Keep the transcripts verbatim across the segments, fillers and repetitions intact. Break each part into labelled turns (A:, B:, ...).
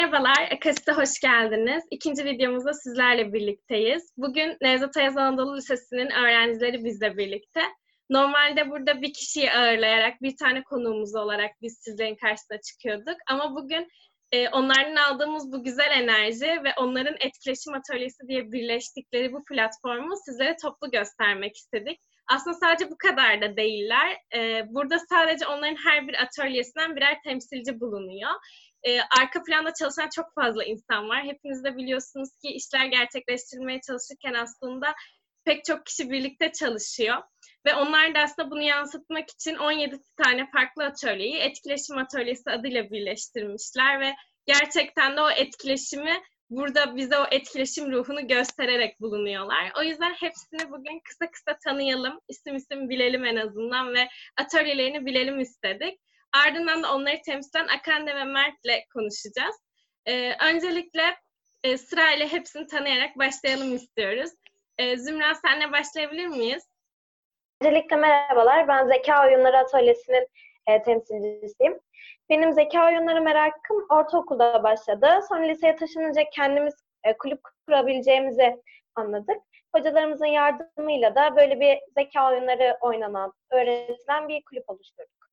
A: Merhabalar, Akasit'e hoş geldiniz. İkinci videomuzda sizlerle birlikteyiz. Bugün Nevzat Ayaz Anadolu Lisesi'nin öğrencileri bizle birlikte. Normalde burada bir kişiyi ağırlayarak, bir tane konuğumuz olarak biz sizlerin karşısına çıkıyorduk. Ama bugün e, onlardan aldığımız bu güzel enerji ve onların etkileşim atölyesi diye birleştikleri bu platformu sizlere toplu göstermek istedik. Aslında sadece bu kadar da değiller. E, burada sadece onların her bir atölyesinden birer temsilci bulunuyor. Ee, arka planda çalışan çok fazla insan var. Hepiniz de biliyorsunuz ki işler gerçekleştirilmeye çalışırken aslında pek çok kişi birlikte çalışıyor. Ve onlar da aslında bunu yansıtmak için on yedi tane farklı atölyeyi etkileşim atölyesi adıyla birleştirmişler ve gerçekten de o etkileşimi burada bize o etkileşim ruhunu göstererek bulunuyorlar. O yüzden hepsini bugün kısa kısa tanıyalım, isim isim bilelim en azından ve atölyelerini bilelim istedik. Ardından da onları temsilen Akande ve Mert'le konuşacağız. Ee, öncelikle e, sırayla hepsini tanıyarak başlayalım istiyoruz. Ee, Zümra, senle başlayabilir miyiz?
B: Öncelikle merhabalar, ben Zeka Oyunları Atölyesi'nin e, temsilcisiyim. Benim zeka oyunları merakım ortaokulda başladı. Sonra liseye taşınınca kendimiz e, kulüp kurabileceğimizi anladık. Hocalarımızın yardımıyla da böyle bir zeka oyunları oynanan, öğretilen bir kulüp oluşturduk.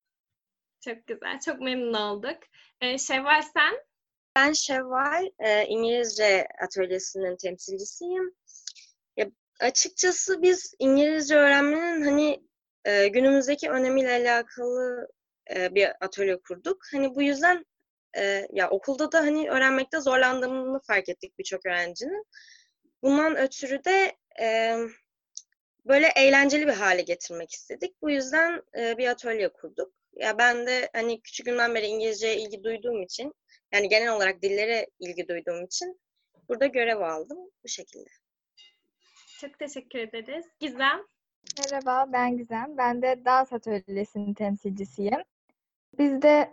A: Çok güzel, çok memnun olduk. Ee, Şevval, sen?
C: Ben Şevval, e, İngilizce atölyesinin temsilcisiyim. Ya, açıkçası biz İngilizce öğrenmenin hani e, günümüzdeki önemiyle alakalı e, bir atölye kurduk. Hani bu yüzden e, ya okulda da hani öğrenmekte zorlandığını fark ettik birçok öğrencinin. Bundan ötürü de e, böyle eğlenceli bir hale getirmek istedik. Bu yüzden e, bir atölye kurduk. Ya ben de hani küçüklüğümden beri İngilizceye ilgi duyduğum için, yani genel olarak dillere ilgi duyduğum için burada görev aldım bu şekilde.
A: Çok teşekkür ederiz. Gizem?
D: Merhaba, ben Gizem. Ben de dans atölyesinin temsilcisiyim. Biz de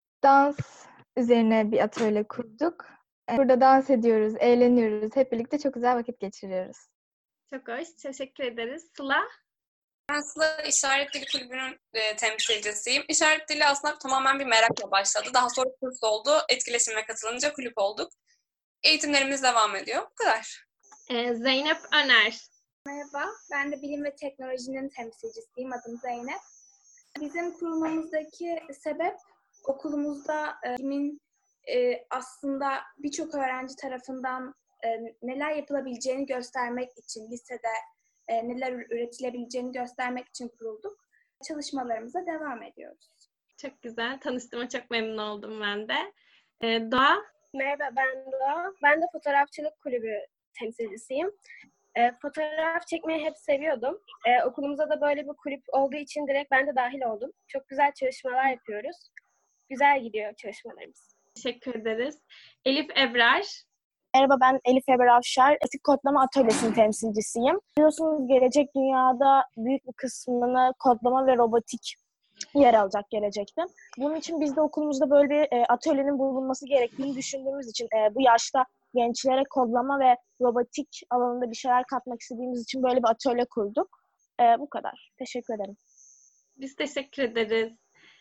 D: dans üzerine bir atölye kurduk. Burada dans ediyoruz, eğleniyoruz. Hep birlikte çok güzel vakit geçiriyoruz.
A: Çok hoş, teşekkür ederiz. Sıla?
E: Ben Sıla İşaret Dili Kulübü'nün e, temsilcisiyim. İşaret Dili aslında tamamen bir merakla başladı. Daha sonra kurs oldu. Etkileşime katılınca kulüp olduk. Eğitimlerimiz devam ediyor. Bu kadar.
A: Ee, Zeynep Öner?
F: Merhaba, ben de bilim ve teknolojinin temsilcisiyim. Adım Zeynep. Bizim kurulmamızdaki sebep okulumuzda e, bilimin e, aslında birçok öğrenci tarafından e, neler yapılabileceğini göstermek için, lisede e, neler üretilebileceğini göstermek için kurulduk. Çalışmalarımıza devam ediyoruz.
A: Çok güzel, tanıştığıma çok memnun oldum ben de. Ee, Doğa?
G: Merhaba, ben Doğa. Ben de fotoğrafçılık kulübü temsilcisiyim. E, fotoğraf çekmeyi hep seviyordum. E, okulumuzda da böyle bir kulüp olduğu için direkt ben de dahil oldum. Çok güzel çalışmalar yapıyoruz. Güzel gidiyor çalışmalarımız.
A: Teşekkür ederiz. Elif Ebrar?
H: Merhaba, ben Elif Eber Avşar. Etik Kodlama Atölyesi'nin temsilcisiyim. Biliyorsunuz gelecek dünyada büyük bir kısmını kodlama ve robotik yer alacak gelecekte. Bunun için biz de okulumuzda böyle bir e, atölyenin bulunması gerektiğini düşündüğümüz için e, bu yaşta gençlere kodlama ve robotik alanında bir şeyler katmak istediğimiz için böyle bir atölye kurduk. E, bu kadar. Teşekkür ederim.
A: Biz teşekkür ederiz.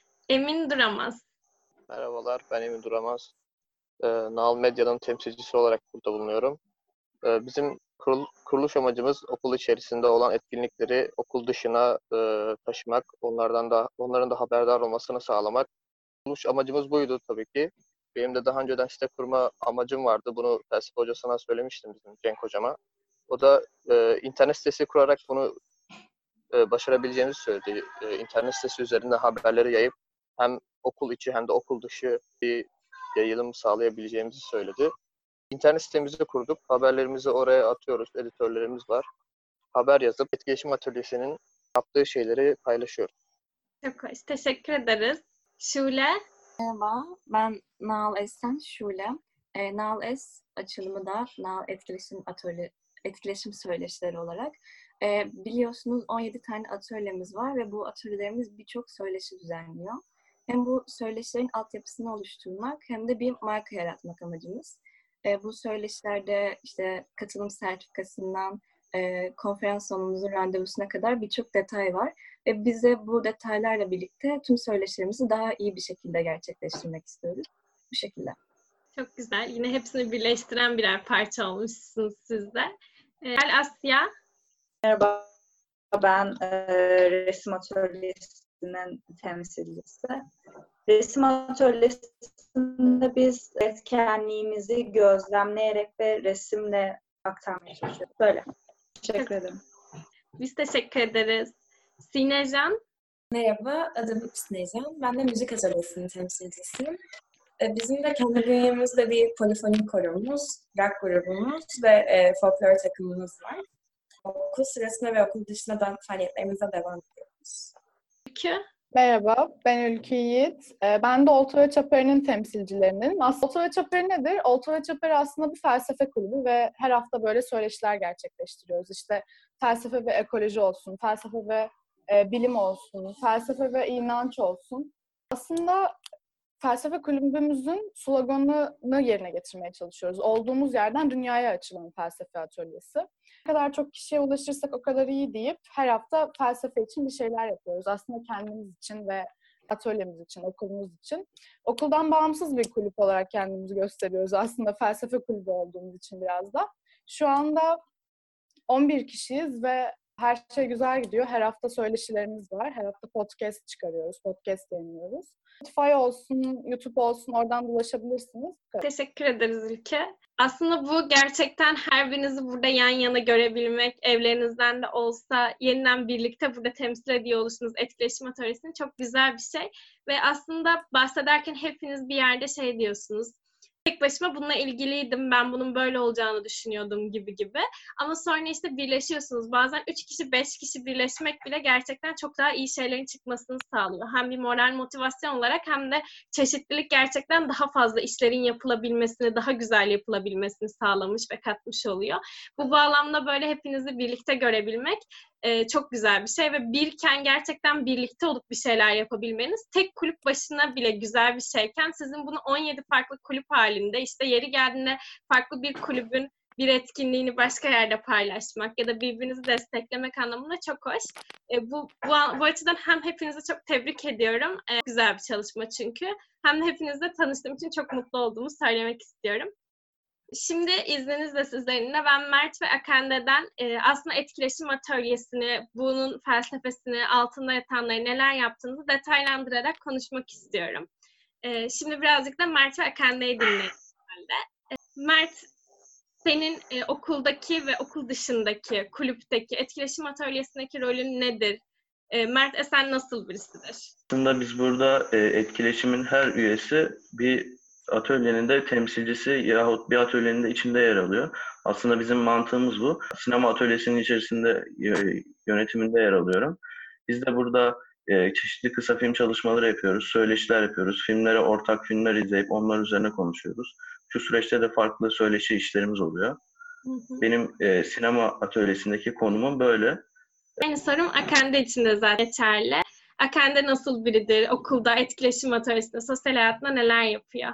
A: Emin Duramaz?
I: Merhabalar, ben Emin Duramaz. Ee, Nal Medya'nın temsilcisi olarak burada bulunuyorum. Ee, bizim kurul, kuruluş amacımız okul içerisinde olan etkinlikleri okul dışına e, taşımak, onlardan da onların da haberdar olmasını sağlamak. Kuruluş amacımız buydu tabii ki. Benim de daha önceden site kurma amacım vardı. Bunu felsefe hocasına söylemiştim, bizim Cenk hocama. O da e, internet sitesi kurarak bunu e, başarabileceğimizi söyledi. E, internet sitesi üzerinde haberleri yayıp hem okul içi hem de okul dışı bir yayılım sağlayabileceğimizi söyledi. İnternet sitemizi kurduk. Haberlerimizi oraya atıyoruz. Editörlerimiz var. Haber yazıp etkileşim atölyesinin yaptığı şeyleri paylaşıyoruz.
A: Çok hoş. Teşekkür ederiz. Şule?
J: Merhaba, ben Nal Esen Şule. E, Nal Es açılımı da Nal Etkileşim Atölye, Etkileşim Söyleşileri olarak. E, biliyorsunuz on yedi tane atölyemiz var ve bu atölyelerimiz birçok söyleşi düzenliyor. Hem bu söyleşilerin altyapısını oluşturmak hem de bir marka yaratmak amacımız. E, bu söyleşilerde işte katılım sertifikasından e, konferans sonumuzun randevusuna kadar birçok detay var. Ve bize bu detaylarla birlikte tüm söyleşilerimizi daha iyi bir şekilde gerçekleştirmek istiyoruz. Bu şekilde.
A: Çok güzel. Yine hepsini birleştiren birer parça olmuşsunuz siz de. Ee, Gel Asya.
K: Merhaba, ben e, resim atölyesinin temsilcisi. Resim atölyesinde biz etkenliğimizi gözlemleyerek ve resimle aktarmaya çalışıyoruz. Böyle. Teşekkür ederim.
A: Biz teşekkür ederiz. Sinecan.
L: Merhaba, adım Sinecan. Ben de müzik atölyesinin temsilcisiyim. E, Bizim de kendi bünyemizde bir polifonik koromuz, rock grubumuz ve e, folklor takımımız var. Okul sırasında ve okul dışında da faaliyetlerimize devam ediyoruz.
A: Ülkü.
M: Merhaba, ben Ülkü Yiğit. Ee, Ben de Olta ve Çapari'nin temsilcilerindenim. Aslında Olta ve Çapari nedir? Olta ve Çapari aslında bir felsefe kulübü ve her hafta böyle söyleşiler gerçekleştiriyoruz. İşte felsefe ve ekoloji olsun, felsefe ve e, bilim olsun, felsefe ve inanç olsun. Aslında felsefe kulübümüzün sloganını yerine getirmeye çalışıyoruz. Olduğumuz yerden dünyaya açılan felsefe atölyesi. Ne kadar çok kişiye ulaşırsak o kadar iyi deyip her hafta felsefe için bir şeyler yapıyoruz. Aslında kendimiz için ve atölyemiz için, okulumuz için. Okuldan bağımsız bir kulüp olarak kendimizi gösteriyoruz. Aslında felsefe kulübü olduğumuz için biraz da. Şu anda on bir kişiyiz ve her şey güzel gidiyor. Her hafta söyleşilerimiz var. Her hafta podcast çıkarıyoruz, podcast yayınlıyoruz. Spotify olsun, YouTube olsun, oradan ulaşabilirsiniz.
A: Teşekkür ederiz Ülke. Aslında bu gerçekten her birinizi burada yan yana görebilmek, evlerinizden de olsa yeniden birlikte burada temsil ediyor oluşunuz etkileşim atölyesinin çok güzel bir şey. Ve aslında bahsederken hepiniz bir yerde şey diyorsunuz. Tek başıma bununla ilgiliydim, ben bunun böyle olacağını düşünüyordum gibi gibi. Ama sonra işte birleşiyorsunuz. Bazen üç kişi, beş kişi birleşmek bile gerçekten çok daha iyi şeylerin çıkmasını sağlıyor. Hem bir moral motivasyon olarak hem de çeşitlilik gerçekten daha fazla işlerin yapılabilmesini, daha güzel yapılabilmesini sağlamış ve katmış oluyor. Bu bağlamda böyle hepinizi birlikte görebilmek Ee, çok güzel bir şey ve birken gerçekten birlikte olup bir şeyler yapabilmeniz tek kulüp başına bile güzel bir şeyken sizin bunu on yedi farklı kulüp halinde işte yeri geldiğinde farklı bir kulübün bir etkinliğini başka yerde paylaşmak ya da birbirinizi desteklemek anlamında çok hoş. E, bu, bu, bu açıdan hem hepinizi çok tebrik ediyorum. E, güzel bir çalışma çünkü. Hem de hepinizle tanıştığım için çok mutlu olduğumu söylemek istiyorum. Şimdi izninizle sizlerinle ben Mert ve Akande'den e, aslında etkileşim atölyesini, bunun felsefesini, altında yatanları neler yaptığınızı detaylandırarak konuşmak istiyorum. E, şimdi birazcık da Mert ve Akande'yi dinleyelim. E, Mert, senin e, okuldaki ve okul dışındaki, kulüpteki, etkileşim atölyesindeki rolün nedir? E, Mert Esen nasıl birisidir?
N: Aslında biz burada e, etkileşimin her üyesi bir atölyenin de temsilcisi yahut bir atölyenin de içinde yer alıyor. Aslında bizim mantığımız bu. Sinema atölyesinin içerisinde yönetiminde yer alıyorum. Biz de burada e, çeşitli kısa film çalışmaları yapıyoruz, söyleşiler yapıyoruz. Filmlere ortak filmler izleyip onlar üzerine konuşuyoruz. Şu süreçte de farklı söyleşi işlerimiz oluyor. Hı hı. Benim e, sinema atölyesindeki konumum böyle.
A: Aynı sorum Akande için de zaten geçerli. Akande nasıl biridir? Okulda, etkileşim atölyesinde, sosyal hayatında neler yapıyor?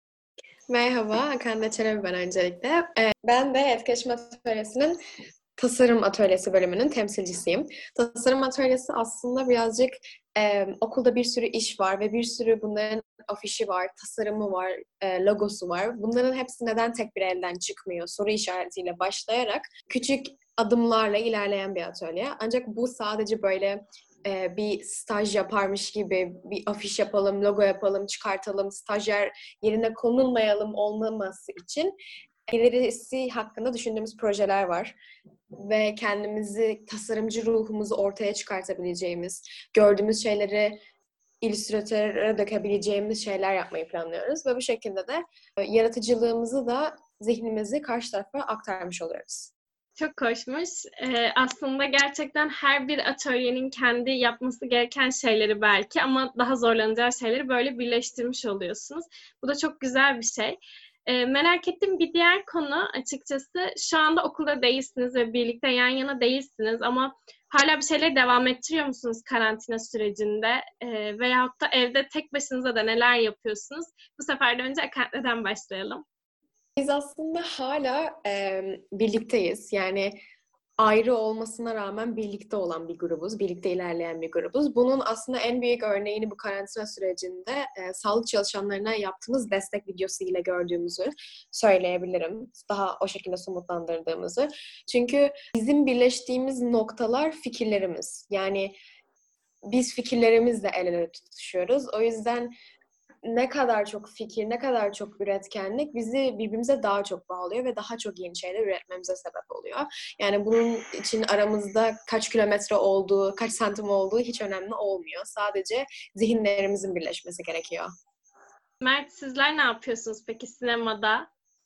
O: Merhaba, Akande Çelebi ben öncelikle. Ee, ben de Etkileşim Atölyesi'nin Tasarım Atölyesi bölümünün temsilcisiyim. Tasarım Atölyesi aslında birazcık e, okulda bir sürü iş var ve bir sürü bunların afişi var, tasarımı var, e, logosu var. Bunların hepsi neden tek bir elden çıkmıyor soru işaretiyle başlayarak küçük adımlarla ilerleyen bir atölye. Ancak bu sadece böyle bir staj yaparmış gibi bir afiş yapalım, logo yapalım, çıkartalım, stajyer yerine konulmayalım olmaması için ilerisi hakkında düşündüğümüz projeler var. Ve kendimizi, tasarımcı ruhumuzu ortaya çıkartabileceğimiz, gördüğümüz şeyleri illüstratöre dökebileceğimiz şeyler yapmayı planlıyoruz. Ve bu şekilde de yaratıcılığımızı da zihnimizi karşı tarafa aktarmış oluyoruz.
A: Çok hoşmuş. Ee, aslında gerçekten her bir atölyenin kendi yapması gereken şeyleri belki ama daha zorlanacağı şeyleri böyle birleştirmiş oluyorsunuz. Bu da çok güzel bir şey. Ee, merak ettiğim bir diğer konu açıkçası şu anda okulda değilsiniz ve birlikte yan yana değilsiniz ama hala bir şeyleri devam ettiriyor musunuz karantina sürecinde? Ee, veyahut da evde tek başınıza da neler yapıyorsunuz? Bu sefer de önce Akande'den başlayalım.
O: Biz aslında hala e, birlikteyiz. Yani ayrı olmasına rağmen birlikte olan bir grubuz, birlikte ilerleyen bir grubuz. Bunun aslında en büyük örneğini bu karantina sürecinde e, sağlık çalışanlarına yaptığımız destek videosu ile gördüğümüzü söyleyebilirim. Daha o şekilde somutlandırdığımızı. Çünkü bizim birleştiğimiz noktalar fikirlerimiz. Yani biz fikirlerimizle el ele tutuşuyoruz. O yüzden ne kadar çok fikir, ne kadar çok üretkenlik bizi birbirimize daha çok bağlıyor ve daha çok yeni şeyler üretmemize sebep oluyor. Yani bunun için aramızda kaç kilometre olduğu, kaç santim olduğu hiç önemli olmuyor. Sadece zihinlerimizin birleşmesi gerekiyor.
A: Mert, sizler ne yapıyorsunuz peki sinemada?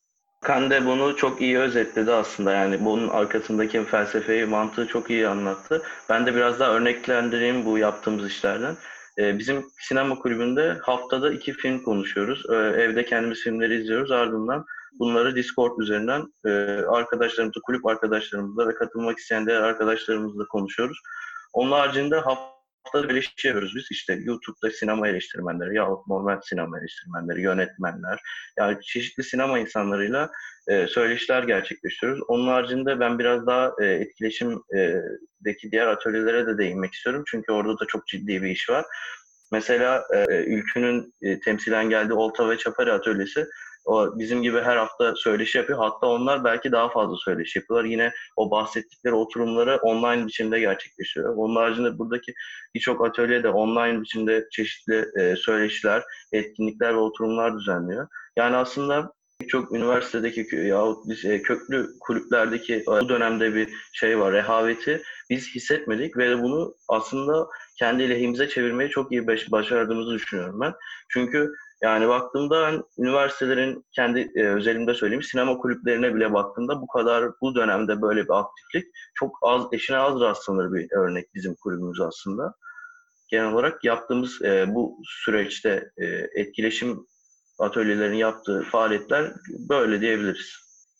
N: Kan de bunu çok iyi özetledi aslında, yani bunun arkasındaki felsefeyi, mantığı çok iyi anlattı. Ben de biraz daha örneklendireyim bu yaptığımız işlerden. Ee, bizim sinema kulübünde haftada iki film konuşuyoruz. Ee, evde kendimiz filmleri izliyoruz. Ardından bunları Discord üzerinden e, arkadaşlarımızla, kulüp arkadaşlarımızla ve katılmak isteyen diğer arkadaşlarımızla konuşuyoruz. Onun haricinde haftada bir iş yapıyoruz biz. İşte YouTube'da sinema eleştirmenleri yahut normal sinema eleştirmenleri, yönetmenler, yani çeşitli sinema insanlarıyla e, söyleşiler gerçekleştiriyoruz. Onun haricinde ben biraz daha e, etkileşimdeki diğer atölyelere de değinmek istiyorum. Çünkü orada da çok ciddi bir iş var. Mesela e, Ülkü'nün e, temsilen geldiği Olta ve Çapari atölyesi o bizim gibi her hafta söyleşi yapıyor. Hatta onlar belki daha fazla söyleşi yapıyorlar. Yine o bahsettikleri oturumları online biçimde gerçekleştiriyor. Onun haricinde buradaki birçok atölye de online biçimde çeşitli e, söyleşiler, etkinlikler ve oturumlar düzenliyor. Yani aslında birçok üniversitedeki yahut lise, köklü kulüplerdeki bu dönemde bir şey var, rehaveti biz hissetmedik ve bunu aslında kendi lehimize çevirmeyi çok iyi başardığımızı düşünüyorum ben. Çünkü yani baktığımda ben üniversitelerin kendi e, özelimde söyleyeyim, sinema kulüplerine bile baktığımda bu kadar bu dönemde böyle bir aktiflik çok az, eşine az rastlanır bir örnek bizim kulübümüz aslında. Genel olarak yaptığımız e, bu süreçte e, etkileşim atölyelerin yaptığı faaliyetler böyle diyebiliriz.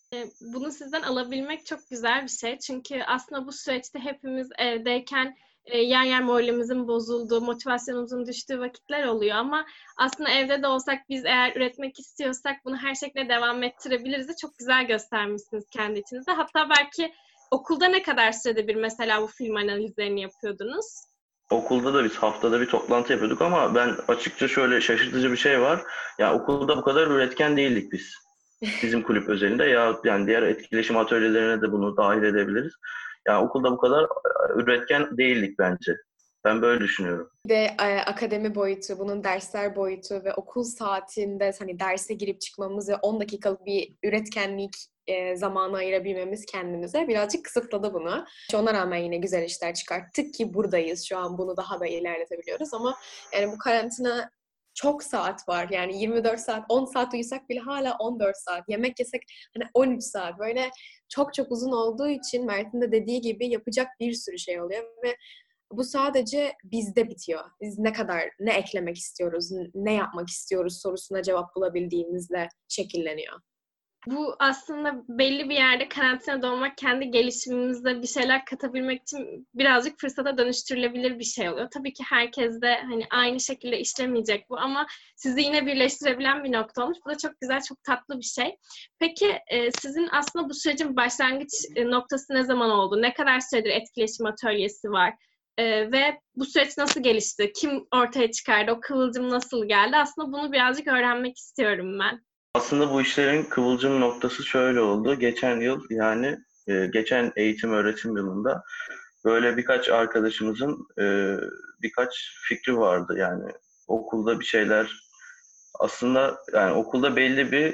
A: Bunu sizden alabilmek çok güzel bir şey. Çünkü aslında bu süreçte hepimiz evdeyken yer yer moralimizin bozulduğu, motivasyonumuzun düştüğü vakitler oluyor ama aslında evde de olsak biz eğer üretmek istiyorsak bunu her şekilde devam ettirebiliriz de çok güzel göstermişsiniz kendi içinizde. Hatta belki okulda ne kadar sürede bir mesela bu film analizlerini yapıyordunuz?
N: Okulda da biz haftada bir toplantı yapıyorduk ama ben açıkça şöyle şaşırtıcı bir şey var. Ya okulda bu kadar üretken değildik biz. Bizim kulüp özelinde ya yani diğer etkileşim atölyelerine de bunu dahil edebiliriz. Yani okulda bu kadar üretken değildik bence. Ben böyle düşünüyorum.
O: Bir de e, akademi boyutu, bunun dersler boyutu ve okul saatinde hani derse girip çıkmamız ve on dakikalık bir üretkenlik e, zamanı ayırabilmemiz kendimize birazcık kısıtladı bunu. Ona rağmen yine güzel işler çıkarttık ki buradayız. Şu an bunu daha da ilerletebiliyoruz ama yani bu karantina çok saat var. Yani yirmi dört saat, on saat uyusak bile hala on dört saat. Yemek yesek hani on üç saat. Böyle çok çok uzun olduğu için Mert'in de dediği gibi yapacak bir sürü şey oluyor ve bu sadece bizde bitiyor. Biz ne kadar, ne eklemek istiyoruz, ne yapmak istiyoruz sorusuna cevap bulabildiğimizle şekilleniyor.
A: Bu aslında belli bir yerde karantinada olmak kendi gelişimimizde bir şeyler katabilmek için birazcık fırsata dönüştürülebilir bir şey oluyor. Tabii ki herkes de hani aynı şekilde işlemeyecek bu ama sizi yine birleştirebilen bir nokta olmuş. Bu da çok güzel, çok tatlı bir şey. Peki sizin aslında bu sürecin başlangıç noktası ne zaman oldu? Ne kadar süredir etkileşim atölyesi var? Ee, ve bu süreç nasıl gelişti? Kim ortaya çıkardı? O kıvılcım nasıl geldi? Aslında bunu birazcık öğrenmek istiyorum ben.
N: Aslında bu işlerin kıvılcım noktası şöyle oldu. Geçen yıl yani e, geçen eğitim öğretim yılında böyle birkaç arkadaşımızın e, birkaç fikri vardı. Yani okulda bir şeyler aslında yani okulda belli bir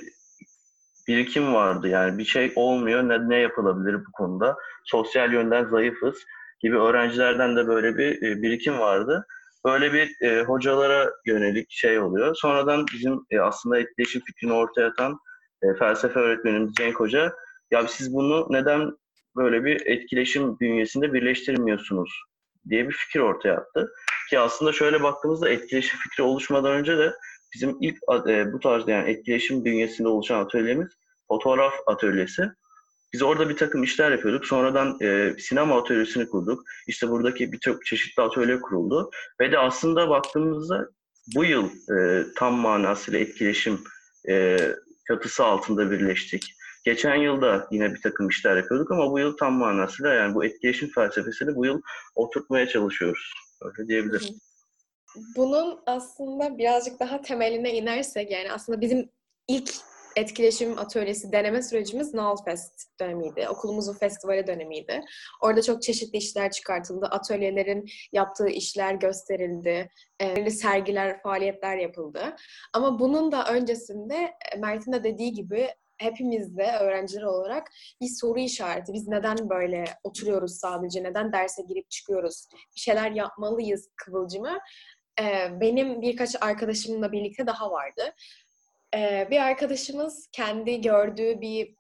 N: birikim vardı. Yani bir şey olmuyor, ne, ne yapılabilir bu konuda? Sosyal yönden zayıfız gibi öğrencilerden de böyle bir e, birikim vardı. Böyle bir e, hocalara yönelik şey oluyor. Sonradan bizim e, aslında etkileşim fikrini ortaya atan e, felsefe öğretmenimiz Cenk Hoca, ya siz bunu neden böyle bir etkileşim bünyesinde birleştirmiyorsunuz diye bir fikir ortaya attı. Ki aslında şöyle baktığımızda etkileşim fikri oluşmadan önce de bizim ilk e, bu tarzda yani etkileşim bünyesinde oluşan atölyemiz fotoğraf atölyesi. Biz orada bir takım işler yapıyorduk. Sonradan e, sinema atölyesini kurduk. İşte buradaki birçok çeşitli atölye kuruldu. Ve de aslında baktığımızda bu yıl e, tam manasıyla etkileşim e, çatısı altında birleştik. Geçen yılda yine bir takım işler yapıyorduk ama bu yıl tam manasıyla yani bu etkileşim felsefesini bu yıl oturtmaya çalışıyoruz. Öyle diyebilirim.
O: Bunun aslında birazcık daha temeline inersek yani aslında bizim ilk etkileşim atölyesi deneme sürecimiz Nalfest dönemiydi. Okulumuzun festivali dönemiydi. Orada çok çeşitli işler çıkartıldı. Atölyelerin yaptığı işler gösterildi. E, sergiler, faaliyetler yapıldı. Ama bunun da öncesinde Mert'in de dediği gibi hepimiz de öğrenciler olarak bir soru işareti. Biz neden böyle oturuyoruz sadece? Neden derse girip çıkıyoruz? Bir şeyler yapmalıyız kıvılcımı. E, benim birkaç arkadaşımla birlikte daha vardı. Ee, bir arkadaşımız kendi gördüğü bir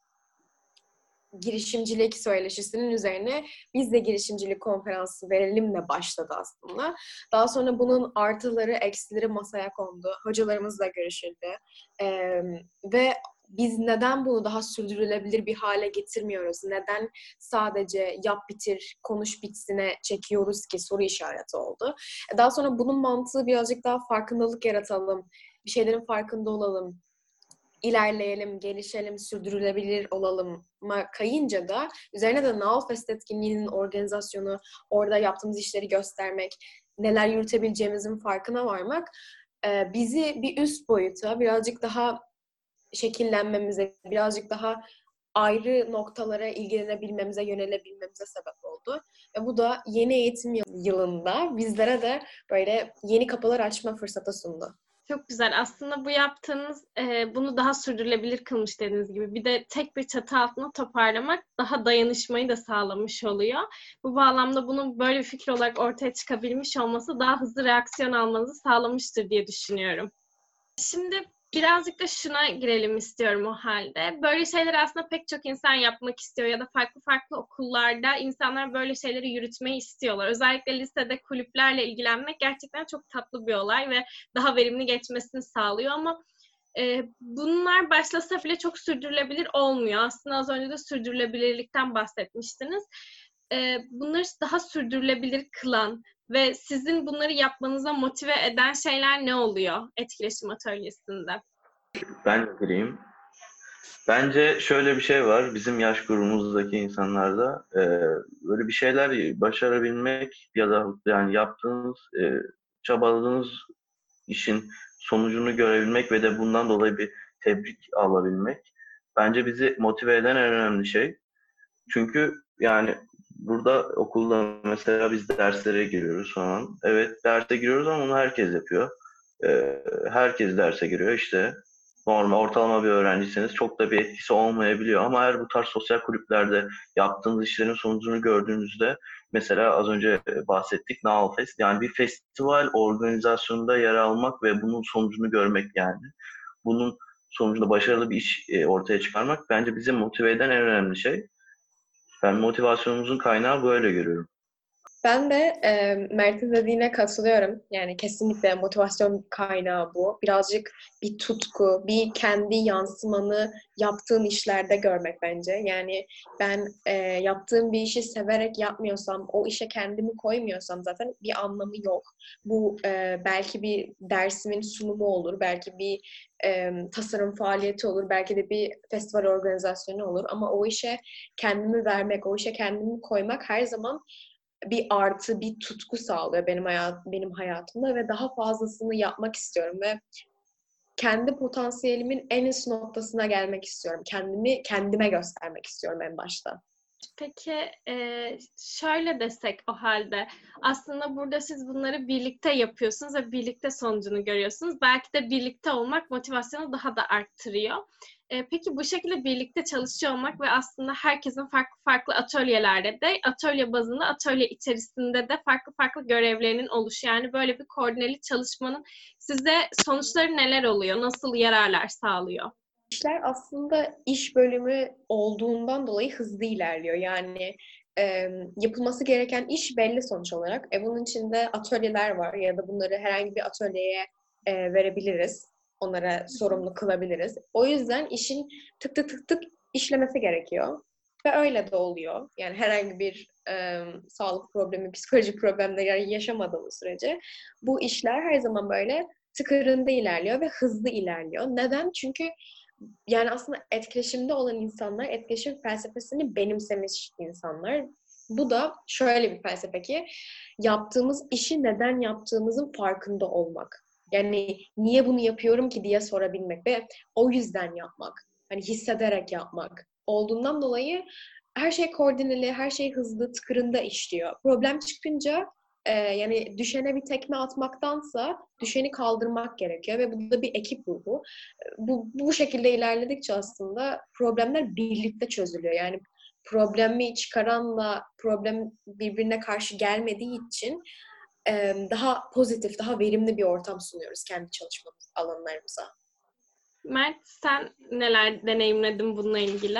O: girişimcilik söyleşisinin üzerine biz de girişimcilik konferansı verelimle başladı aslında. Daha sonra bunun artıları, eksileri masaya kondu. Hocalarımızla görüşüldü. Ee, ve biz neden bunu daha sürdürülebilir bir hale getirmiyoruz? Neden sadece yap bitir, konuş bitsine çekiyoruz ki soru işareti oldu. Daha sonra bunun mantığı birazcık daha farkındalık yaratalım. Bir şeylerin farkında olalım, ilerleyelim, gelişelim, sürdürülebilir olalıma kayınca da üzerine de Nalfest etkinliğinin organizasyonu, orada yaptığımız işleri göstermek, neler yürütebileceğimizin farkına varmak bizi bir üst boyuta, birazcık daha şekillenmemize, birazcık daha ayrı noktalara ilgilenebilmemize, yönelebilmemize sebep oldu. Ve bu da yeni eğitim yılında bizlere de böyle yeni kapılar açma fırsatı sundu.
A: Çok güzel. Aslında bu yaptığınız e, bunu daha sürdürülebilir kılmış dediğiniz gibi. Bir de tek bir çatı altında toparlamak daha dayanışmayı da sağlamış oluyor. Bu bağlamda bunun böyle bir fikir olarak ortaya çıkabilmiş olması daha hızlı reaksiyon almanızı sağlamıştır diye düşünüyorum. Şimdi birazcık da şuna girelim istiyorum o halde. Böyle şeyleri aslında pek çok insan yapmak istiyor ya da farklı farklı okullarda insanlar böyle şeyleri yürütmeyi istiyorlar. Özellikle lisede kulüplerle ilgilenmek gerçekten çok tatlı bir olay ve daha verimli geçmesini sağlıyor ama e, bunlar başlasa bile çok sürdürülebilir olmuyor. Aslında az önce de sürdürülebilirlikten bahsetmiştiniz. E, bunları daha sürdürülebilir kılan ve sizin bunları yapmanıza motive eden şeyler ne oluyor etkileşim atölyesinde?
N: Ben de gireyim. Bence şöyle bir şey var. Bizim yaş grubumuzdaki insanlarda e, böyle bir şeyler başarabilmek ya da yani yaptığınız, e, çabaladığınız işin sonucunu görebilmek ve de bundan dolayı bir tebrik alabilmek bence bizi motive eden en önemli şey. Çünkü yani burada okulda mesela biz derslere giriyoruz falan. Evet derse giriyoruz ama bunu herkes yapıyor. Ee, herkes derse giriyor işte. Normal ortalama bir öğrencisiniz. Çok da bir etkisi olmayabiliyor. Ama eğer bu tarz sosyal kulüplerde yaptığınız işlerin sonucunu gördüğünüzde mesela az önce bahsettik Nalfest. Yani bir festival organizasyonunda yer almak ve bunun sonucunu görmek yani. Bunun sonucunda başarılı bir iş ortaya çıkarmak bence bizi motive eden en önemli şey. Ben motivasyonumuzun kaynağı böyle görüyorum.
O: Ben de e, Mert'in dediğine katılıyorum. Yani kesinlikle motivasyon kaynağı bu. Birazcık bir tutku, bir kendi yansımanı yaptığın işlerde görmek bence. Yani ben e, yaptığım bir işi severek yapmıyorsam, o işe kendimi koymuyorsam zaten bir anlamı yok. Bu e, belki bir dersimin sunumu olur, belki bir e, tasarım faaliyeti olur, belki de bir festival organizasyonu olur. Ama o işe kendimi vermek, o işe kendimi koymak her zaman bir artı, bir tutku sağlıyor benim hayat, benim hayatımda ve daha fazlasını yapmak istiyorum ve kendi potansiyelimin en üst noktasına gelmek istiyorum. Kendimi kendime göstermek istiyorum en başta.
A: Peki e, şöyle desek o halde aslında burada siz bunları birlikte yapıyorsunuz ve birlikte sonucunu görüyorsunuz. Belki de birlikte olmak motivasyonu daha da arttırıyor. E, peki bu şekilde birlikte çalışıyor olmak ve aslında herkesin farklı farklı atölyelerde de atölye bazında, atölye içerisinde de farklı farklı görevlerinin oluşu. Yani böyle bir koordineli çalışmanın size sonuçları neler oluyor? Nasıl yararlar sağlıyor?
O: İşler aslında iş bölümü olduğundan dolayı hızlı ilerliyor. Yani e, yapılması gereken iş belli sonuç olarak. E, bunun içinde atölyeler var ya da bunları herhangi bir atölyeye e, verebiliriz. Onlara sorumlu kılabiliriz. O yüzden işin tık tık tık tık işlemesi gerekiyor. Ve öyle de oluyor. Yani herhangi bir e, sağlık problemi, psikolojik problemleri yaşamadığımız sürece bu işler her zaman böyle tıkırında ilerliyor ve hızlı ilerliyor. Neden? Çünkü yani aslında etkileşimde olan insanlar etkileşim felsefesini benimsemiş insanlar. Bu da şöyle bir felsefe ki yaptığımız işi neden yaptığımızın farkında olmak. Yani niye bunu yapıyorum ki diye sorabilmek ve o yüzden yapmak. Hani hissederek yapmak. Olduğundan dolayı her şey koordineli, her şey hızlı, tıkırında işliyor. Problem çıkınca e, yani düşene bir tekme atmaktansa düşeni kaldırmak gerekiyor ve bu da bir ekip ruhu. Bu, bu şekilde ilerledikçe aslında problemler birlikte çözülüyor. Yani problemi çıkaranla problem birbirine karşı gelmediği için e, daha pozitif, daha verimli bir ortam sunuyoruz kendi çalışma alanlarımıza.
A: Mert, sen neler deneyimledin bununla ilgili?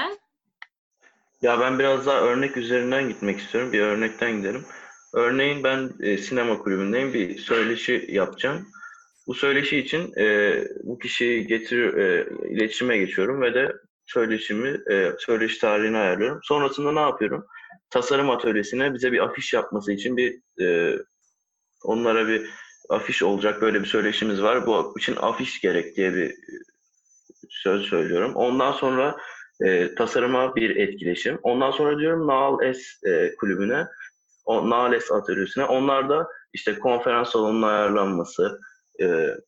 N: Ya ben biraz daha örnek üzerinden gitmek istiyorum. Bir örnekten gidelim. Örneğin ben e, sinema kulübündeyim. Bir söyleşi yapacağım. Bu söyleşi için e, bu kişiyi getir, e, iletişime geçiyorum ve de söyleşimi, e, söyleşi tarihini ayarlıyorum. Sonrasında ne yapıyorum? Tasarım atölyesine bize bir afiş yapması için bir e, onlara bir afiş olacak böyle bir söyleşimiz var. Bu için afiş gerek diye bir söz söylüyorum. Ondan sonra e, tasarıma bir etkileşim. Ondan sonra diyorum Naal S e, kulübüne, o Naal S atölyesine. Onlar da işte konferans salonunun ayarlanması, e,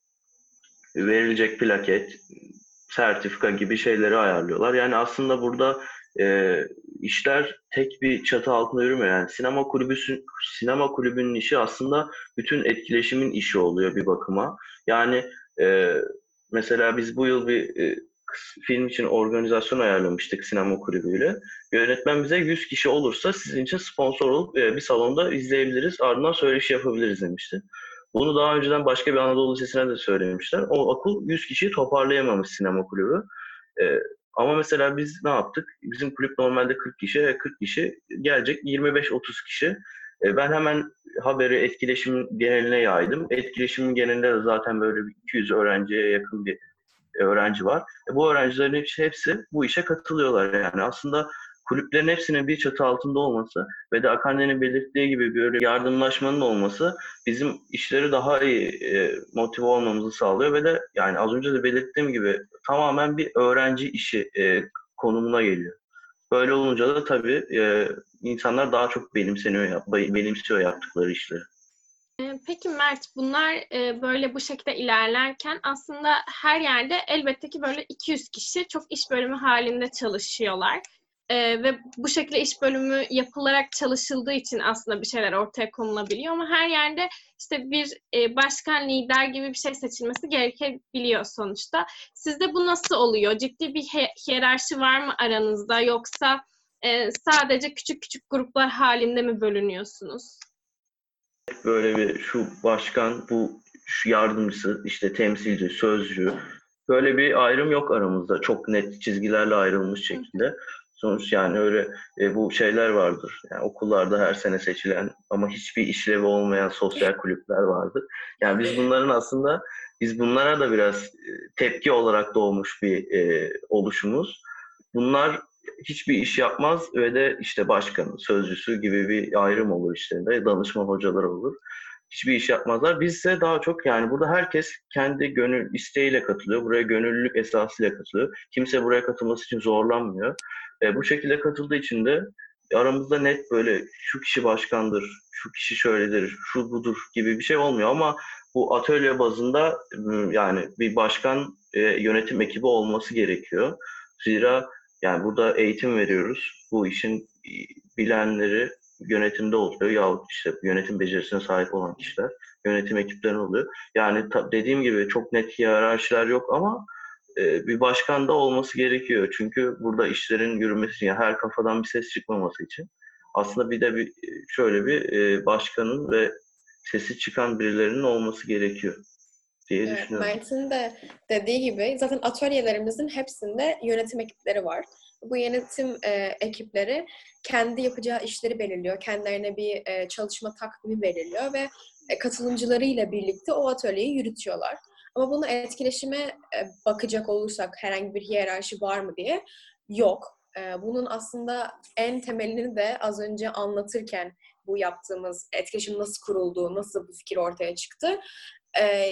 N: verilecek plaket, sertifika gibi şeyleri ayarlıyorlar. Yani aslında burada e, işler tek bir çatı altında yürümüyor. Yani sinema kulübü sinema kulübünün işi aslında bütün etkileşimin işi oluyor bir bakıma. Yani e, mesela biz bu yıl bir e, film için organizasyon ayarlamıştık sinema kulübüyle. Yönetmen bize yüz kişi olursa sizin için sponsor olup e, bir salonda izleyebiliriz, ardından söyleşi yapabiliriz demişti. Bunu daha önceden başka bir Anadolu Lisesi'ne de söylemişler. O okul yüz kişiyi toparlayamamış sinema kulübü. Ee, ama mesela biz ne yaptık? Bizim kulüp normalde kırk kişi ve kırk kişi gelecek yirmi beş otuz kişi. Ee, ben hemen haberi etkileşimin geneline yaydım. Etkileşimin genelinde de zaten böyle iki yüz öğrenciye yakın bir öğrenci var. E, bu öğrencilerin hepsi bu işe katılıyorlar. Yani aslında kulüplerin hepsinin bir çatı altında olması ve de Akande'nin belirttiği gibi böyle yardımlaşmanın olması bizim işleri daha iyi e, motive olmamızı sağlıyor ve de yani az önce de belirttiğim gibi tamamen bir öğrenci işi e, konumuna geliyor. Böyle olunca da tabii e, insanlar daha çok benimseniyor, benimsiyor yaptıkları işleri.
A: Peki Mert, bunlar e, böyle bu şekilde ilerlerken aslında her yerde elbette ki böyle iki yüz kişi çok iş bölümü halinde çalışıyorlar. E, ve bu şekilde iş bölümü yapılarak çalışıldığı için aslında bir şeyler ortaya konulabiliyor ama her yerde işte bir e, başkan, lider gibi bir şey seçilmesi gerekebiliyor sonuçta. Sizde bu nasıl oluyor? Ciddi bir hi- hiyerarşi var mı aranızda yoksa e, sadece küçük küçük gruplar halinde mi bölünüyorsunuz?
N: Böyle bir şu başkan, bu şu yardımcısı, işte temsilci, sözcü, böyle bir ayrım yok aramızda. Çok net çizgilerle ayrılmış şekilde. Sonuç yani öyle e, bu şeyler vardır. Yani okullarda her sene seçilen ama hiçbir işlevi olmayan sosyal kulüpler vardır. Yani biz bunların aslında biz bunlara da biraz e, tepki olarak doğmuş bir e, oluşumuz. Bunlar hiçbir iş yapmaz ve de işte başkanı, sözcüsü gibi bir ayrım olur işlerinde. Danışma hocaları olur. Hiçbir iş yapmazlar. Biz ise daha çok yani burada herkes kendi gönül isteğiyle katılıyor. Buraya gönüllülük esasıyla katılıyor. Kimse buraya katılması için zorlanmıyor. E, bu şekilde katıldığı için de aramızda net böyle şu kişi başkandır, şu kişi şöyledir, şu budur gibi bir şey olmuyor ama bu atölye bazında yani bir başkan e, yönetim ekibi olması gerekiyor. Zira yani burada eğitim veriyoruz. Bu işin bilenleri yönetimde oluyor yahut işte yönetim becerisine sahip olan kişiler yönetim ekipleri oluyor. Yani ta, dediğim gibi çok net hiyerarşiler yok ama e, bir başkan da olması gerekiyor. Çünkü burada işlerin yürümesi için yani her kafadan bir ses çıkmaması için aslında bir de bir şöyle bir e, başkanın ve sesi çıkan birilerinin olması gerekiyor diye
O: Evet,
N: düşünüyorum.
O: Mert'in de dediği gibi zaten atölyelerimizin hepsinde yönetim ekipleri var. Bu yönetim e, ekipleri kendi yapacağı işleri belirliyor. Kendilerine bir e, çalışma takvimi belirliyor ve e, katılımcılarıyla birlikte o atölyeyi yürütüyorlar. Ama bunu etkileşime e, bakacak olursak herhangi bir hiyerarşi var mı diye yok. E, bunun aslında en temelini de az önce anlatırken bu yaptığımız etkileşim nasıl kuruldu, nasıl bu fikir ortaya çıktı. E,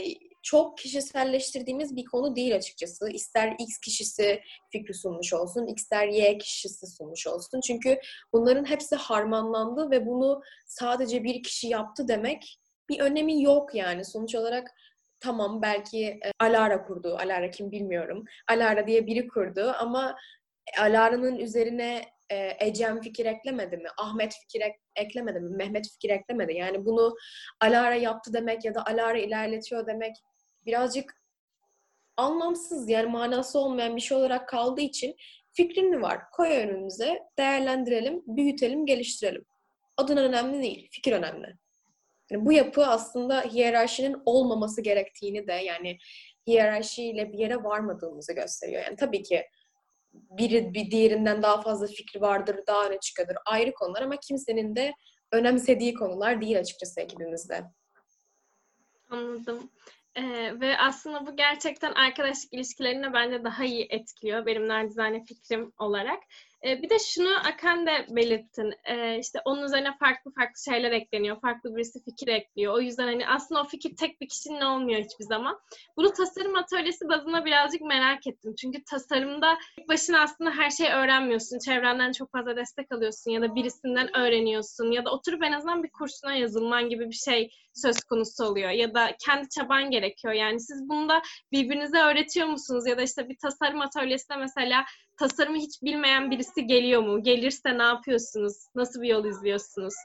O: çok kişiselleştirdiğimiz bir konu değil açıkçası. İster X kişisi fikri sunmuş olsun, ister Y kişisi sunmuş olsun. Çünkü bunların hepsi harmanlandı ve bunu sadece bir kişi yaptı demek bir önemi yok yani. Sonuç olarak tamam belki e, Alara kurdu, Alara kim bilmiyorum. Alara diye biri kurdu ama Alara'nın üzerine e, Ecem fikir eklemedi mi? Ahmet fikir ek- eklemedi mi? Mehmet fikir eklemedi. Yani bunu Alara yaptı demek ya da Alara ilerletiyor demek birazcık anlamsız, yani manası olmayan bir şey olarak kaldığı için fikrin mi var? Koy önümüze, değerlendirelim, büyütelim, geliştirelim. Adın önemli değil, fikir önemli. Yani bu yapı aslında hiyerarşinin olmaması gerektiğini de, yani hiyerarşiyle bir yere varmadığımızı gösteriyor. Yani tabii ki biri bir diğerinden daha fazla fikri vardır, daha öne çıkıyordur. Ayrı konular ama kimsenin de önemsediği konular değil açıkçası ekibimizde.
A: Anladım. Ee, ve aslında bu gerçekten arkadaşlık ilişkilerini bence daha iyi etkiliyor benim nacizane fikrim olarak. Ee, bir de şunu Akan da belirttin. Ee, işte onun üzerine farklı farklı şeyler ekleniyor. Farklı birisi fikir ekliyor. O yüzden hani aslında o fikir tek bir kişinin olmuyor hiçbir zaman. Bunu tasarım atölyesi bazında birazcık merak ettim. Çünkü tasarımda tek başına aslında her şeyi öğrenmiyorsun. Çevrenden çok fazla destek alıyorsun ya da birisinden öğreniyorsun ya da oturup en azından bir kursuna yazılman gibi bir şey söz konusu oluyor ya da kendi çaban gerekiyor. Yani siz bunu da birbirinize öğretiyor musunuz ya da işte bir tasarım atölyesine mesela tasarımı hiç bilmeyen birisi geliyor mu? Gelirse ne yapıyorsunuz? Nasıl bir yol izliyorsunuz?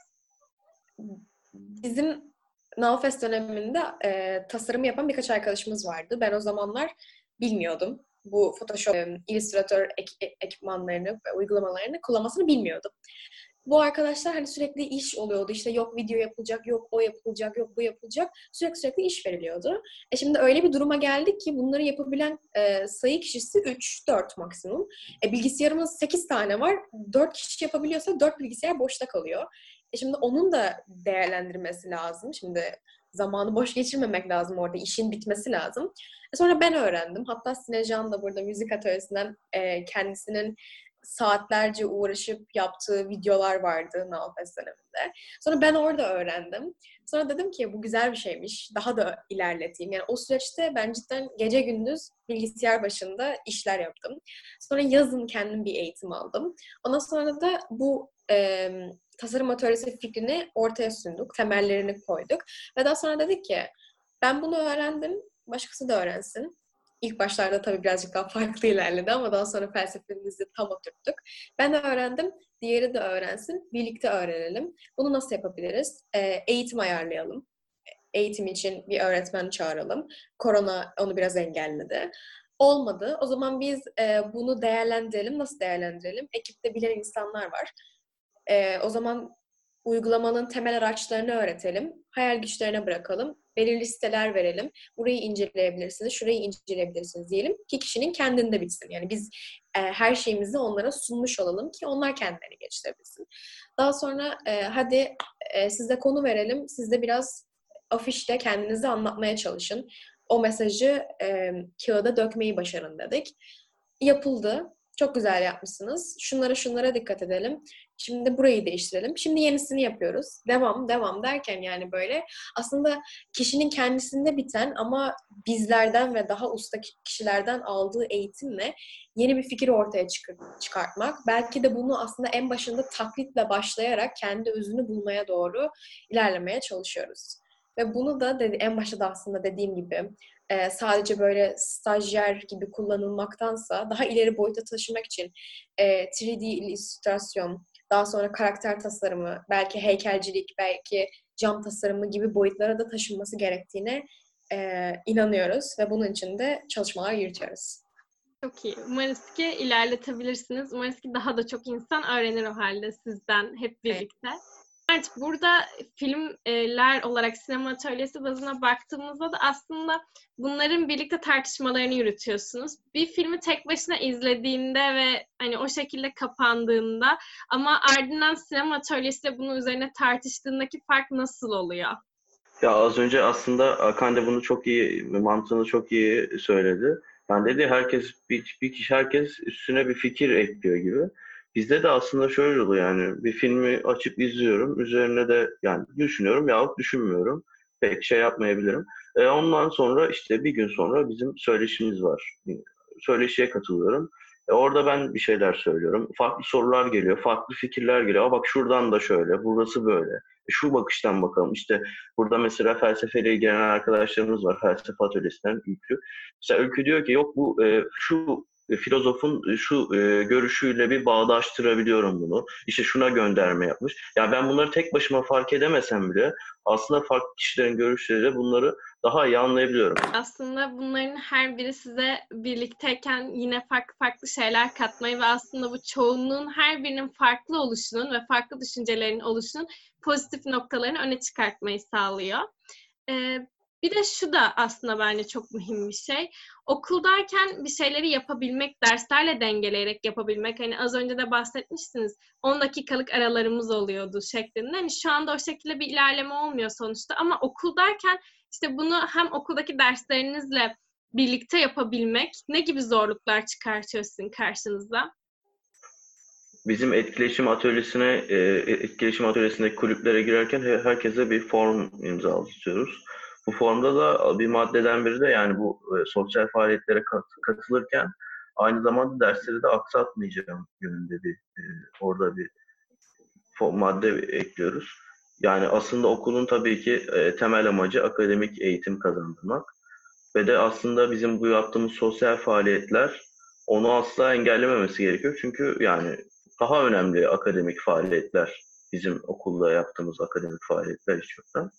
O: Bizim Nowfest döneminde e, tasarımı yapan birkaç arkadaşımız vardı. Ben o zamanlar bilmiyordum. Bu Photoshop, e, Illustrator ek- ekipmanlarını ve uygulamalarını kullanmasını bilmiyordum. Bu arkadaşlar hani sürekli iş oluyordu. İşte yok video yapılacak, yok o yapılacak, yok bu yapılacak. Sürekli sürekli iş veriliyordu. E şimdi öyle bir duruma geldik ki bunları yapabilen e, sayı kişisi üç dört maksimum. E bilgisayarımız sekiz tane var. dört kişi yapabiliyorsa dört bilgisayar boşta kalıyor. E şimdi onun da değerlendirmesi lazım. Şimdi zamanı boş geçirmemek lazım orada. İşin bitmesi lazım. E sonra ben öğrendim. Hatta Sinecan da burada müzik atölyesinden e, kendisinin saatlerce uğraşıp yaptığı videolar vardı Nowfest döneminde. Sonra ben orada öğrendim. Sonra dedim ki bu güzel bir şeymiş. Daha da ilerleteyim. Yani o süreçte ben cidden gece gündüz bilgisayar başında işler yaptım. Sonra yazın kendim bir eğitim aldım. Ondan sonra da bu e, tasarım atölyesi fikrini ortaya sunduk. Temellerini koyduk. Ve daha sonra dedik ki ben bunu öğrendim. Başkası da öğrensin. İlk başlarda tabii birazcık daha farklı ilerledi ama daha sonra felsefemizi tam oturttuk. Ben de öğrendim, diğeri de öğrensin, birlikte öğrenelim. Bunu nasıl yapabiliriz? E, eğitim ayarlayalım. Eğitim için bir öğretmen çağıralım. Korona onu biraz engelledi. Olmadı. O zaman biz e, bunu değerlendirelim. Nasıl değerlendirelim? Ekipte bilen insanlar var. E, o zaman uygulamanın temel araçlarını öğretelim. Hayal güçlerine bırakalım. Belirli listeler verelim. Burayı inceleyebilirsiniz, şurayı inceleyebilirsiniz diyelim ki kişinin kendinde bitsin. Yani biz e, her şeyimizi onlara sunmuş olalım ki onlar kendilerini geliştirebilsin. Daha sonra e, hadi e, size konu verelim. Siz de biraz afişte kendinizi anlatmaya çalışın. O mesajı e, kağıda dökmeyi başarın dedik. Yapıldı. Çok güzel yapmışsınız. Şunlara şunlara dikkat edelim. Şimdi burayı değiştirelim. Şimdi yenisini yapıyoruz. Devam, devam derken yani böyle aslında kişinin kendisinde biten ama bizlerden ve daha usta kişilerden aldığı eğitimle yeni bir fikir ortaya çıkartmak. Belki de bunu aslında en başında taklitle başlayarak kendi özünü bulmaya doğru ilerlemeye çalışıyoruz. Ve bunu da dedi, en başta da aslında dediğim gibi e, sadece böyle stajyer gibi kullanılmaktansa daha ileri boyuta taşımak için e, üç D illüstrasyon, daha sonra karakter tasarımı, belki heykelcilik, belki cam tasarımı gibi boyutlara da taşınması gerektiğine e, inanıyoruz ve bunun için de çalışmalar yürütüyoruz.
A: Çok iyi. Umarız ki ilerletebilirsiniz. Umarız ki daha da çok insan öğrenir o halde sizden hep birlikte. Evet. Evet, burada filmler olarak sinema atölyesi bazına baktığımızda da aslında bunların birlikte tartışmalarını yürütüyorsunuz. Bir filmi tek başına izlediğinde ve hani o şekilde kapandığında ama ardından sinema atölyesiyle bunun üzerine tartıştığındaki fark nasıl oluyor?
N: Ya az önce aslında Hakan da bunu çok iyi, mantığını çok iyi söyledi. Yani dedi herkes, bir, bir kişi herkes üstüne bir fikir ekliyor gibi. Bizde de aslında şöyle oluyor yani bir filmi açıp izliyorum. Üzerine de yani düşünüyorum yahut düşünmüyorum. Pek şey yapmayabilirim. E, ondan sonra işte bir gün sonra bizim söyleşimiz var. Söyleşiye katılıyorum. E, orada ben bir şeyler söylüyorum. Farklı sorular geliyor, farklı fikirler geliyor. Aa, bak şuradan da şöyle, burası böyle. E, şu bakıştan bakalım. İşte burada mesela felsefeyle ilgilenen arkadaşlarımız var. Felsefe atölyesinden Ülkü. Mesela Ülkü diyor ki yok bu e, şu e, filozofun e, şu e, görüşüyle bir bağdaştırabiliyorum bunu. İşte şuna gönderme yapmış. Yani ben bunları tek başıma fark edemesem bile aslında farklı kişilerin görüşleriyle bunları daha iyi anlayabiliyorum.
A: Aslında bunların her biri size birlikteyken yine farklı farklı şeyler katmayı ve aslında bu çoğunluğun her birinin farklı oluşunun ve farklı düşüncelerin oluşunun pozitif noktalarını öne çıkartmayı sağlıyor. Ee, bir de şu da aslında bence çok mühim bir şey. Okuldayken bir şeyleri yapabilmek, derslerle dengeleyerek yapabilmek. Hani az önce de bahsetmiştiniz. on dakikalık aralarımız oluyordu şeklinde. Hani şu anda o şekilde bir ilerleme olmuyor sonuçta ama okuldayken İşte bunu hem okuldaki derslerinizle birlikte yapabilmek ne gibi zorluklar çıkartıyor sizin karşınıza?
N: Bizim etkileşim atölyesine, e, etkileşim atölyesindeki kulüplere girerken herkese bir form imzalatıyoruz. Bu formda da bir maddeden biri de yani bu e, sosyal faaliyetlere kat- katılırken aynı zamanda dersleri de aksatmayacağım yönünde bir e, orada bir madde ekliyoruz. Yani aslında okulun tabii ki e, temel amacı akademik eğitim kazandırmak. Ve de aslında bizim bu yaptığımız sosyal faaliyetler onu asla engellememesi gerekiyor. Çünkü yani daha önemli akademik faaliyetler bizim okulda yaptığımız akademik faaliyetler hiç yoktan.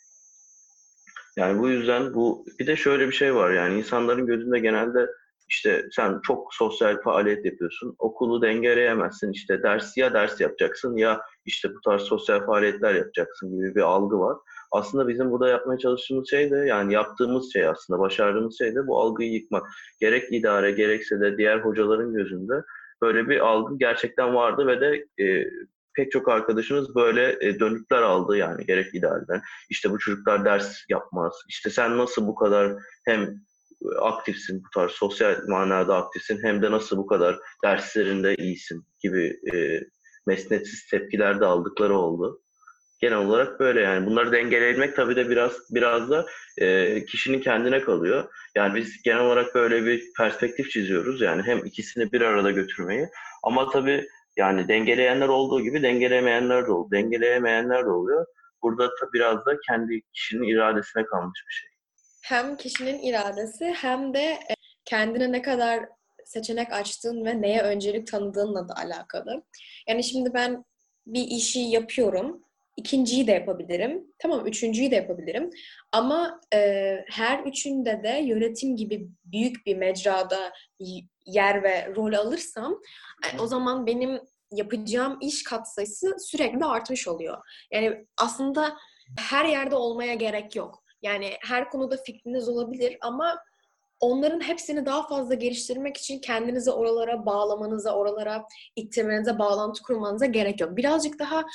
N: Yani bu yüzden bu bir de şöyle bir şey var yani insanların gözünde genelde işte sen çok sosyal faaliyet yapıyorsun, okulu dengeleyemezsin, işte ders ya ders yapacaksın ya işte bu tarz sosyal faaliyetler yapacaksın gibi bir algı var. Aslında bizim burada yapmaya çalıştığımız şey de yani yaptığımız şey aslında başardığımız şey de bu algıyı yıkmak. Gerek idare gerekse de diğer hocaların gözünde böyle bir algı gerçekten vardı ve de e, pek çok arkadaşımız böyle e, dönütler aldı yani gerek idareden. İşte bu çocuklar ders yapmaz. İşte sen nasıl bu kadar hem aktifsin bu tarz sosyal manada aktifsin hem de nasıl bu kadar derslerinde iyisin gibi e, mesnetsiz tepkiler de aldıkları oldu. Genel olarak böyle yani. Bunları dengelemek tabii de biraz biraz da e, kişinin kendine kalıyor. Yani biz genel olarak böyle bir perspektif çiziyoruz. Yani hem ikisini bir arada götürmeyi ama tabii yani dengeleyenler olduğu gibi dengeleyemeyenler de oluyor. Dengeleyemeyenler de oluyor. Burada da biraz da kendi kişinin iradesine kalmış bir şey.
O: Hem kişinin iradesi hem de kendine ne kadar seçenek açtığın ve neye öncelik tanıdığınla da alakalı. Yani şimdi ben bir işi yapıyorum, ikinciyi de yapabilirim, tamam üçüncüyü de yapabilirim. Ama e, her üçünde de yönetim gibi büyük bir mecrada yer ve rol alırsam e, o zaman benim yapacağım iş katsayısı sürekli artmış oluyor. Yani aslında her yerde olmaya gerek yok. Yani her konuda fikriniz olabilir ama onların hepsini daha fazla geliştirmek için kendinizi oralara bağlamanıza, oralara ittirmenize, bağlantı kurmanıza gerek yok. Birazcık daha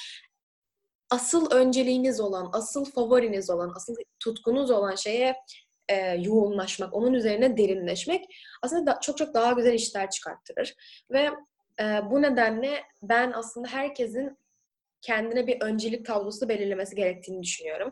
O: asıl önceliğiniz olan, asıl favoriniz olan, asıl tutkunuz olan şeye e, yoğunlaşmak, onun üzerine derinleşmek aslında da, çok çok daha güzel işler çıkarttırır. Ve e, bu nedenle ben aslında herkesin kendine bir öncelik tablosu belirlemesi gerektiğini düşünüyorum.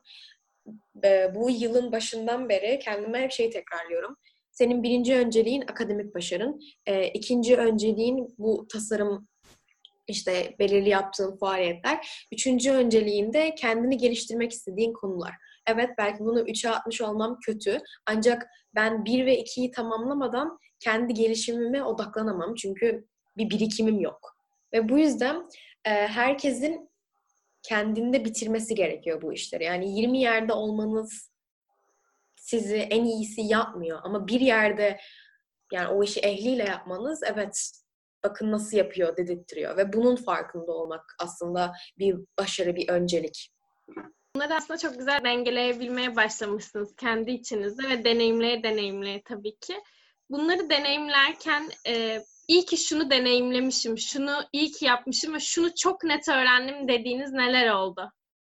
O: E, bu yılın başından beri kendime hep şey tekrarlıyorum. Senin birinci önceliğin akademik başarın, e, ikinci önceliğin bu tasarım, işte belirli yaptığın faaliyetler. Üçüncü önceliğinde kendini geliştirmek istediğin konular. Evet belki bunu üçe atmış olmam kötü. Ancak ben bir ve ikiyi tamamlamadan kendi gelişimime odaklanamam. Çünkü bir birikimim yok. Ve bu yüzden e, herkesin kendinde bitirmesi gerekiyor bu işleri. Yani yirmi yerde olmanız sizi en iyisi yapmıyor. Ama bir yerde yani o işi ehliyle yapmanız evet bakın nasıl yapıyor dedirtiyor ve bunun farkında olmak aslında bir başarı, bir öncelik.
A: Bunları aslında çok güzel dengeleyebilmeye başlamışsınız kendi içinizde ve deneyimleye deneyimleye tabii ki. Bunları deneyimlerken e, iyi ki şunu deneyimlemişim, şunu iyi ki yapmışım ve şunu çok net öğrendim dediğiniz neler oldu?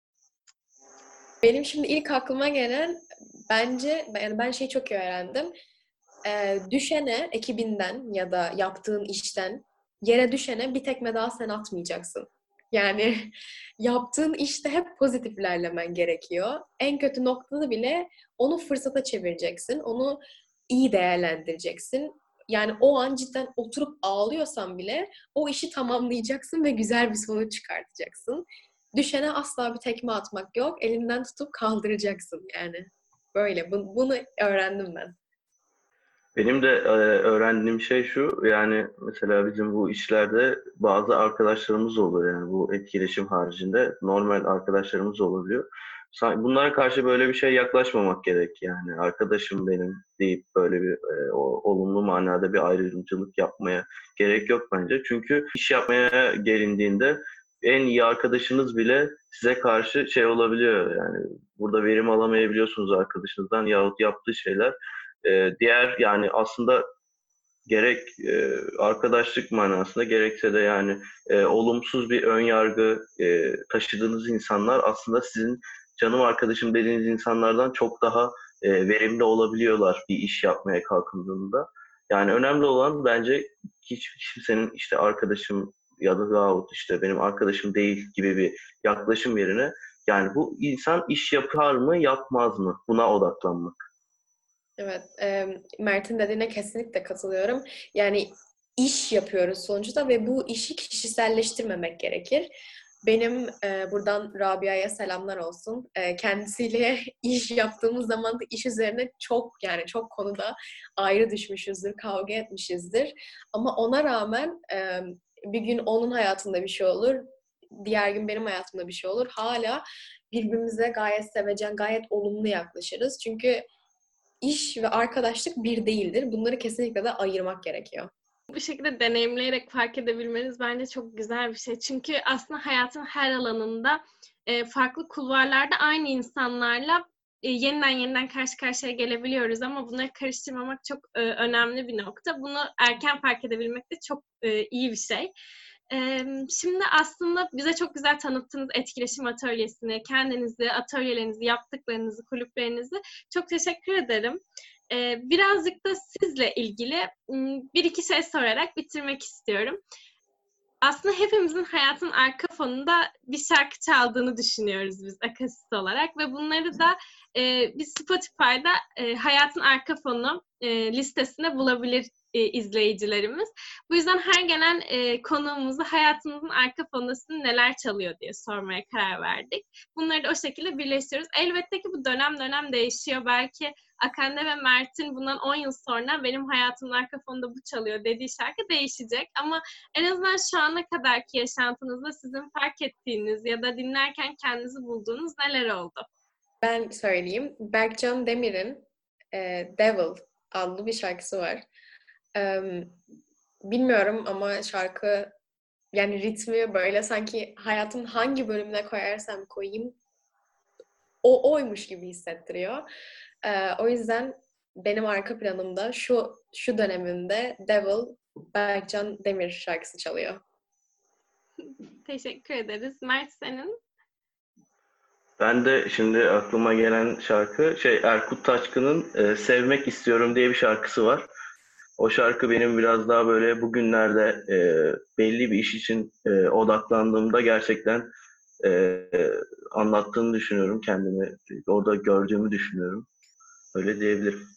O: Benim şimdi ilk aklıma gelen bence, yani ben şeyi çok iyi öğrendim. E, düşene, ekibinden ya da yaptığın işten yere düşene bir tekme daha sen atmayacaksın. Yani yaptığın işte hep pozitif ilerlemen gerekiyor. En kötü noktada bile onu fırsata çevireceksin. Onu iyi değerlendireceksin. Yani o an cidden oturup ağlıyorsan bile o işi tamamlayacaksın ve güzel bir sonuç çıkartacaksın. Düşene asla bir tekme atmak yok. Elinden tutup kaldıracaksın yani. Böyle. Bu- Bunu öğrendim ben.
N: Benim de e, öğrendiğim şey şu, yani mesela bizim bu işlerde bazı arkadaşlarımız oluyor, yani bu etkileşim haricinde normal arkadaşlarımız olabiliyor. Sa- Bunlara karşı böyle bir şey yaklaşmamak gerek, yani arkadaşım benim deyip böyle bir e, o, olumlu manada bir ayrımcılık yapmaya gerek yok bence. Çünkü iş yapmaya gelindiğinde en iyi arkadaşınız bile size karşı şey olabiliyor, yani burada verim alamayabiliyorsunuz arkadaşınızdan yahut yaptığı şeyler ee, diğer yani aslında gerek e, arkadaşlık manasında gerekse de yani e, olumsuz bir ön yargı e, taşıdığınız insanlar aslında sizin canım arkadaşım dediğiniz insanlardan çok daha e, verimli olabiliyorlar bir iş yapmaya kalkındığında. Yani önemli olan bence hiç kimsenin işte arkadaşım ya da yahut işte benim arkadaşım değil gibi bir yaklaşım yerine yani bu insan iş yapar mı yapmaz mı buna odaklanmak.
O: Evet, e, Mert'in dediğine kesinlikle katılıyorum. Yani iş yapıyoruz sonuçta ve bu işi kişiselleştirmemek gerekir. Benim e, buradan Rabia'ya selamlar olsun. E, kendisiyle iş yaptığımız zaman da iş üzerine çok yani çok konuda ayrı düşmüşüzdür, kavga etmişizdir. Ama ona rağmen e, bir gün onun hayatında bir şey olur, diğer gün benim hayatımda bir şey olur. Hala birbirimize gayet sevecen, gayet olumlu yaklaşırız. Çünkü İş ve arkadaşlık bir değildir. Bunları kesinlikle de ayırmak gerekiyor.
A: Bu şekilde deneyimleyerek fark edebilmeniz bence çok güzel bir şey. Çünkü aslında hayatın her alanında e, farklı kulvarlarda aynı insanlarla e, yeniden yeniden karşı karşıya gelebiliyoruz ama bunları karıştırmamak çok e, önemli bir nokta. Bunu erken fark edebilmek de çok e, iyi bir şey. E, şimdi aslında bize çok güzel tanıttığınız etkileşim atölyesini, kendinizi, atölyelerinizi, yaptıklarınızı, kulüplerinizi çok teşekkür ederim. Ee, birazcık da sizle ilgili bir iki şey sorarak bitirmek istiyorum. Aslında hepimizin hayatın arka fonunda bir şarkı çaldığını düşünüyoruz biz akasist olarak ve bunları da e, biz Spotify'da e, hayatın arka fonu e, listesinde bulabilir e, izleyicilerimiz. Bu yüzden her gelen e, konuğumuzu hayatınızın arka fonunda sizin neler çalıyor diye sormaya karar verdik. Bunları da o şekilde birleştiriyoruz. Elbette ki bu dönem dönem değişiyor. Belki Akande ve Mert'in bundan on yıl sonra benim hayatımın arka fonunda bu çalıyor dediği şarkı değişecek. Ama en azından şu ana kadarki yaşantınızda sizin fark ettiğiniz ya da dinlerken kendinizi bulduğunuz neler oldu?
O: Ben söyleyeyim. Berkcan Demir'in e, Devil adlı bir şarkısı var. E, bilmiyorum ama şarkı yani ritmi böyle sanki hayatın hangi bölümüne koyarsam koyayım o oymuş gibi hissettiriyor. E, o yüzden benim arka planımda şu şu dönemimde Devil Berkcan Demir şarkısı çalıyor.
A: Teşekkür ederiz. Mert senin?
N: Ben de şimdi aklıma gelen şarkı şey Erkut Taşkın'ın e, Sevmek İstiyorum diye bir şarkısı var. O şarkı benim biraz daha böyle bugünlerde e, belli bir iş için e, odaklandığımda gerçekten e, anlattığını düşünüyorum kendimi. Orada gördüğümü düşünüyorum. Öyle diyebilirim.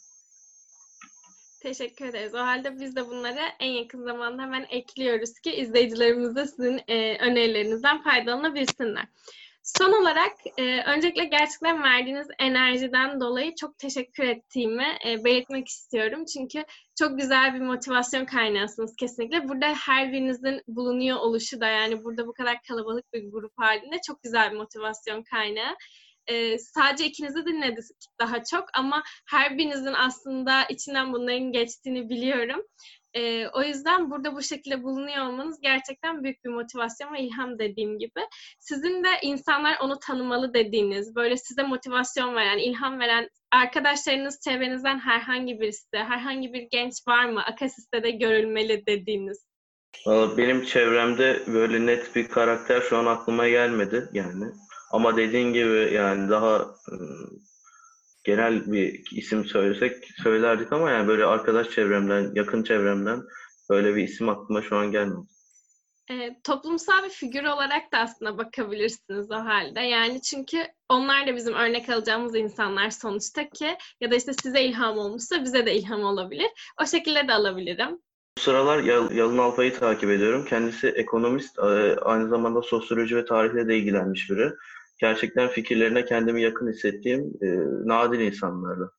A: Teşekkür ederiz. O halde biz de bunları en yakın zamanda hemen ekliyoruz ki izleyicilerimiz de sizin e, önerilerinizden faydalanabilsinler. Son olarak e, öncelikle gerçekten verdiğiniz enerjiden dolayı çok teşekkür ettiğimi e, belirtmek istiyorum. Çünkü çok güzel bir motivasyon kaynağısınız kesinlikle. Burada her birinizin bulunuyor oluşu da yani burada bu kadar kalabalık bir grup halinde çok güzel bir motivasyon kaynağı. Ee, sadece ikinizi dinledik daha çok ama her birinizin aslında içinden bunların geçtiğini biliyorum. Ee, o yüzden burada bu şekilde bulunuyor olmanız gerçekten büyük bir motivasyon ve ilham dediğim gibi. Sizin de insanlar onu tanımalı dediğiniz, böyle size motivasyon veren, ilham veren arkadaşlarınız, çevrenizden herhangi birisi, herhangi bir genç var mı? Akasist'te de görülmeli dediğiniz.
N: Benim çevremde böyle net bir karakter şu an aklıma gelmedi yani. Ama dediğin gibi yani daha ıı, genel bir isim söylesek söylerdik ama yani böyle arkadaş çevremden, yakın çevremden böyle bir isim aklıma şu an gelmedi.
A: E, toplumsal bir figür olarak da aslında bakabilirsiniz o halde. Yani çünkü onlar da bizim örnek alacağımız insanlar sonuçta ki, ya da işte size ilham olmuşsa bize de ilham olabilir. O şekilde de alabilirim.
N: Bu sıralar Yal- Yalın Alpay'ı takip ediyorum. Kendisi ekonomist, e, aynı zamanda sosyoloji ve tarihle de ilgilenmiş biri. Gerçekten fikirlerine kendimi yakın hissettiğim e, nadir insanlardan.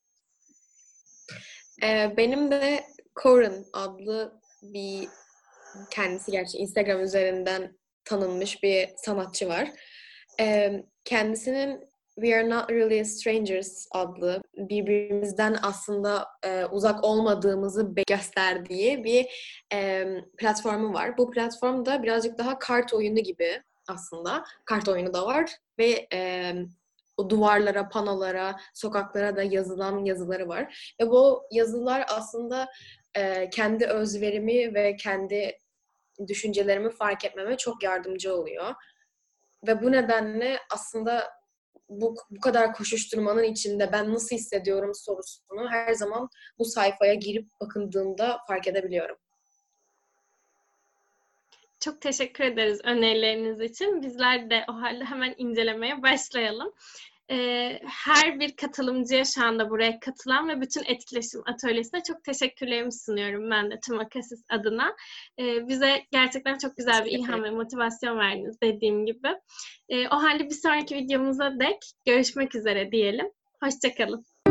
O: Ee, benim de Corin adlı bir, kendisi gerçi Instagram üzerinden tanınmış bir sanatçı var. Ee, kendisinin We Are Not Really Strangers adlı, birbirimizden aslında e, uzak olmadığımızı gösterdiği bir e, platformu var. Bu platformda birazcık daha kart oyunu gibi aslında. Kart oyunu da var ve e, o duvarlara, panolara, sokaklara da yazılan yazıları var. Ve bu yazılar aslında e, kendi özverimi ve kendi düşüncelerimi fark etmeme çok yardımcı oluyor. Ve bu nedenle aslında bu, bu kadar koşuşturmanın içinde ben nasıl hissediyorum sorusunu her zaman bu sayfaya girip bakındığımda fark edebiliyorum.
A: Çok teşekkür ederiz önerileriniz için. Bizler de o halde hemen incelemeye başlayalım. Ee, her bir katılımcıya şu anda buraya katılan ve bütün etkileşim atölyesine çok teşekkürlerimi sunuyorum ben de tüm Akasis adına. Ee, bize gerçekten çok güzel bir ilham ve motivasyon verdiniz dediğim gibi. Ee, o halde bir sonraki videomuza dek görüşmek üzere diyelim. Hoşça kalın.